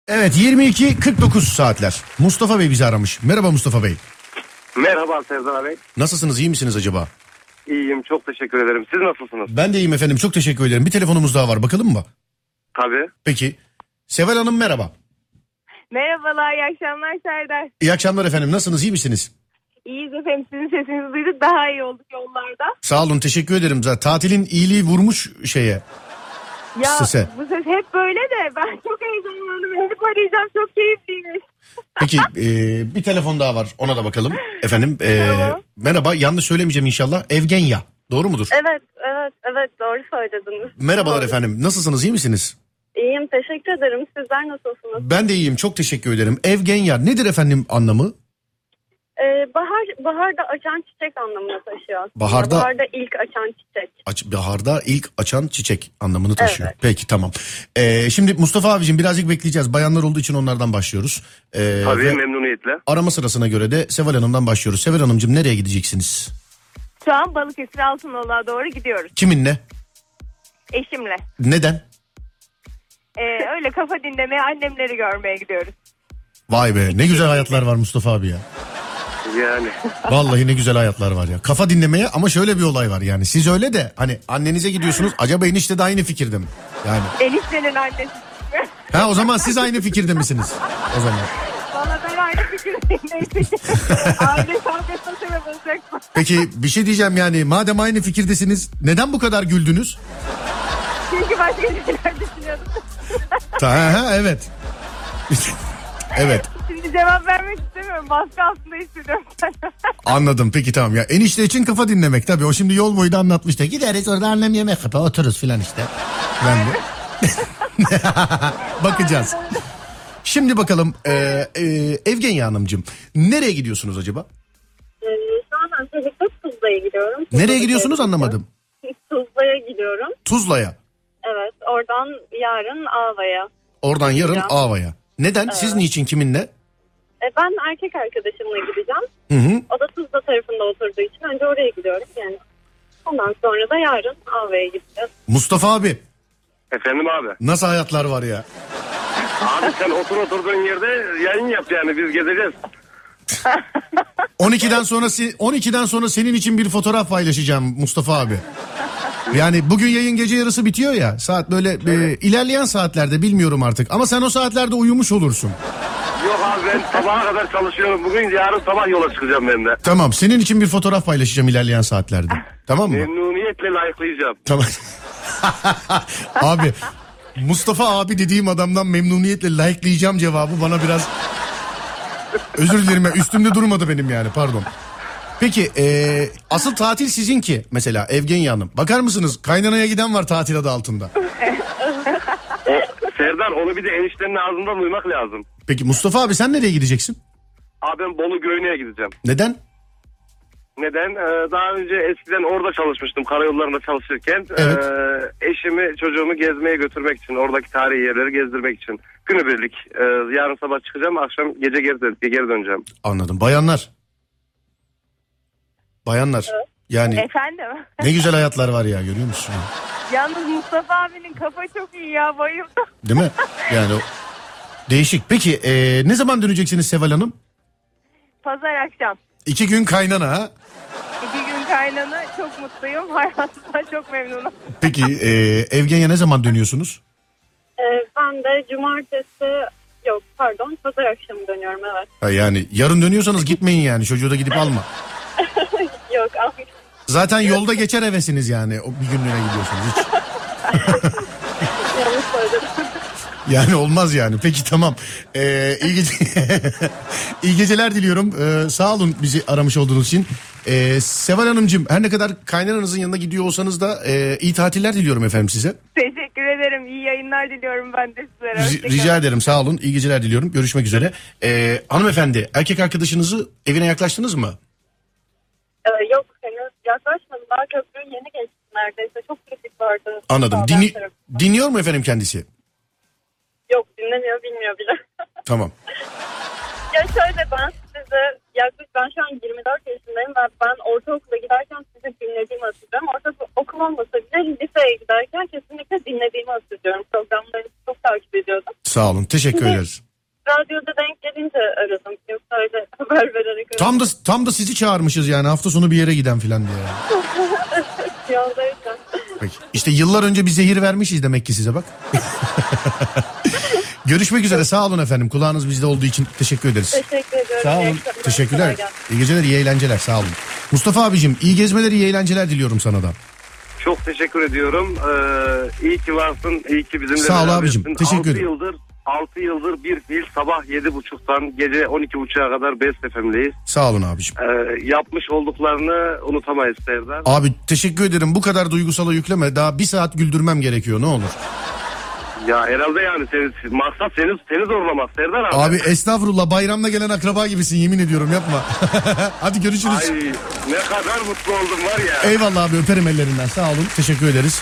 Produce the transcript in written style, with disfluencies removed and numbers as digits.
Evet, 22:49 saatler. Mustafa Bey bizi aramış. Merhaba Mustafa Bey. Merhaba Serdar Bey. Nasılsınız, iyi misiniz acaba? İyiyim, çok teşekkür ederim. Siz nasılsınız? Ben de iyiyim efendim, çok teşekkür ederim. Bir telefonumuz daha var, bakalım mı? Tabii. Peki. Seval Hanım merhaba. Merhabalar, iyi akşamlar Serdar. İyi akşamlar efendim, nasılsınız, iyi misiniz? İyiyiz efendim, sizin sesinizi duyduk, daha iyi olduk yollarda. Sağ olun, teşekkür ederim. Zaten tatilin iyiliği vurmuş şeye. Ya Sese. bu ses hep böyle de ben çok heyecanlandım. Hep arayacağım, çok keyifliymiş. Peki bir telefon daha var, ona da bakalım. Efendim Merhaba. merhaba, yanlış söylemeyeceğim inşallah. Evgenya, doğru mudur? Evet doğru söylediniz. Merhabalar Doğru. Efendim, nasılsınız, iyi misiniz? İyiyim, teşekkür ederim. Sizler nasılsınız? Ben de iyiyim, çok teşekkür ederim. Evgenya nedir efendim anlamı? Baharda açan çiçek anlamına taşıyor. Baharda ilk açan çiçek. Baharda ilk açan çiçek anlamını taşıyor. Evet. Peki, tamam. Şimdi Mustafa abicim birazcık bekleyeceğiz. Bayanlar olduğu için onlardan başlıyoruz. Tabii, Ve memnuniyetle. arama sırasına göre de Seval Hanım'dan başlıyoruz. Seval Hanımcığım, nereye gideceksiniz? Şu an Balıkesir Altınoluk'a doğru gidiyoruz Kiminle? eşimle. Neden? Öyle kafa dinlemeye, annemleri görmeye gidiyoruz. Vay be, ne güzel hayatlar var Mustafa abi ya. Yani. Vallahi ne güzel hayatlar var ya. Kafa dinlemeye, ama şöyle bir olay var yani. Siz öyle de hani annenize gidiyorsunuz. Acaba enişte de aynı fikirde mi? Yani. Eniştenin annesi. Ha, o zaman siz aynı fikirde misiniz? O zaman. Valla ben aynı fikirdeyim. Neyse. Aile kavgasına sebep olacak. Peki bir şey diyeceğim yani. Madem aynı fikirdesiniz, neden bu kadar güldünüz? Çünkü başka şeyler düşünüyordum. Evet. Evet. Şimdi cevap vermek istemiyorum. Baskı altında hissediyorum. Anladım, peki tamam ya. Enişte için kafa dinlemek tabii. O şimdi yol boyu da anlatmıştı. Gideriz orada, annem yemek yapar, otururuz filan işte. Ben de. Bakacağız. Şimdi bakalım Evgenya Hanımcığım, nereye gidiyorsunuz acaba? Şu an öncelikle Tuzla'ya gidiyorum. Nereye gidiyorsunuz, anlamadım. Tuzla'ya gidiyorum. Tuzla'ya. Evet, oradan yarın Ava'ya. Oradan yarın Gideceğim. Ava'ya. Neden? Evet. Siz niçin, kiminle? Ben erkek arkadaşımla gideceğim. Hı hı. O da Tuzla tarafında oturduğu için önce oraya gidiyorum yani. Ondan sonra da yarın Ava'ya gideceğiz. Mustafa abi, Efendim abi. nasıl hayatlar var ya? Abi sen oturduğun yerde yayın yap yani, biz gezeceğiz. 12'den sonra senin için bir fotoğraf paylaşacağım Mustafa abi. Yani bugün yayın gece yarısı bitiyor ya. Saat böyle ilerleyen saatlerde, bilmiyorum artık. Ama sen o saatlerde uyumuş olursun. Yok abi, ben sabaha kadar çalışıyorum. Bugün yarın sabah yola çıkacağım ben de. Tamam, senin için bir fotoğraf paylaşacağım ilerleyen saatlerde. Tamam mı? Memnuniyetle layıklayacağım. Tamam. Abi, Mustafa abi dediğim adamdan memnuniyetle like'layacağım cevabı bana biraz... Özür dilerim ya, üstümde durmadı benim yani, pardon. Peki asıl tatil sizinki mesela Evgenya Hanım. Bakar mısınız, kaynanaya giden var tatil adı altında. Serdar, onu bir de eniştenin ağzından duymak lazım. Peki Mustafa abi, sen nereye gideceksin? Abi ben Bolu Göynü'ye gideceğim. Neden? Neden? Daha önce eskiden orada çalışmıştım, karayollarında çalışırken. Evet. Eşimi, çocuğumu gezmeye götürmek için, oradaki tarihi yerleri gezdirmek için. Günübirlik. Yarın sabah çıkacağım, akşam gece geri döneceğim. Anladım. Bayanlar. Evet. Yani Efendim? ne güzel hayatlar var ya, görüyor musun? Yalnız Mustafa abinin kafa çok iyi ya, bayıldım. Değil mi? Yani o değişik. Peki ne zaman döneceksiniz Seval Hanım? Pazar akşam. 2 gün kaynana ha? 2 gün kaynanı, çok mutluyum. Hayatımdan çok memnunum. Peki Evgenya, ne zaman dönüyorsunuz? Ben de pazar akşamı dönüyorum, evet. Ha, yani yarın dönüyorsanız gitmeyin yani, çocuğu da gidip alma. Yok, Zaten yolda geçer hevesiniz yani, o bir günlüğüne gidiyorsunuz hiç. yanlış söyledim. Yani olmaz yani. Peki tamam. İyi geceler diliyorum. Sağ olun bizi aramış olduğunuz için. Seval Hanımcığım, her ne kadar kaynananızın yanına gidiyor olsanız da iyi tatiller diliyorum efendim size. Teşekkür ederim. İyi yayınlar diliyorum ben de sizlere. Hoşçakalın. Rica ederim, sağ olun. İyi geceler diliyorum. Görüşmek üzere. Hanımefendi, erkek arkadaşınızı evine yaklaştınız mı? Yok, henüz yaklaşmadım. Daha köprüyü yeni geçtim neredeyse. Çok trafik vardı. Anladım. Dinliyor mu efendim kendisi? Yok, dinlemiyor, bilmiyor bile. Tamam. Ya şöyle, ben size yaklaşık, ben şu an 24 yaşındayım ve ben ortaokula giderken sizi dinlediğimi hatırlıyorum. Ortaokul olmasa bile liseye giderken kesinlikle dinlediğimi hatırlıyorum. Programlarınızı çok takip ediyordum. Sağ olun. Teşekkür Size- ederiz. Radyoda denk gelince aradım. Yoksa öyle haber vererek aradım. Tam da sizi çağırmışız yani hafta sonu bir yere giden filan diye. Yoldayken. Peki. İşte yıllar önce bir zehir vermişiz demek ki size bak. Görüşmek üzere, sağ olun efendim. Kulağınız bizde olduğu için teşekkür ederiz. Teşekkür ediyorum. Sağ İyi olun. akşamlar. Teşekkürler. Kolay gelsin. İyi geceler, iyi eğlenceler. Sağ olun. Mustafa abicim, iyi gezmeler, iyi eğlenceler diliyorum sana da. Çok teşekkür ediyorum. İyi ki varsın. İyi ki bizimle Sağ ol berabersin. abicim, teşekkür ederim. 6 yıldır bir fiil sabah 7.30'dan gece 12.30'a kadar Best FM'deyiz. Sağ olun abicim. Yapmış olduklarını unutamayız Serdar. Abi teşekkür ederim. Bu kadar duygusala yükleme. Daha bir saat güldürmem gerekiyor, ne olur. Ya herhalde yani maksat seni zorlamak Serdar abi. Abi estağfurullah, bayramda gelen akraba gibisin, yemin ediyorum, yapma. Hadi görüşürüz. Ay ne kadar mutlu oldum var ya. Eyvallah abi, öperim ellerinden. Sağ olun, teşekkür ederiz.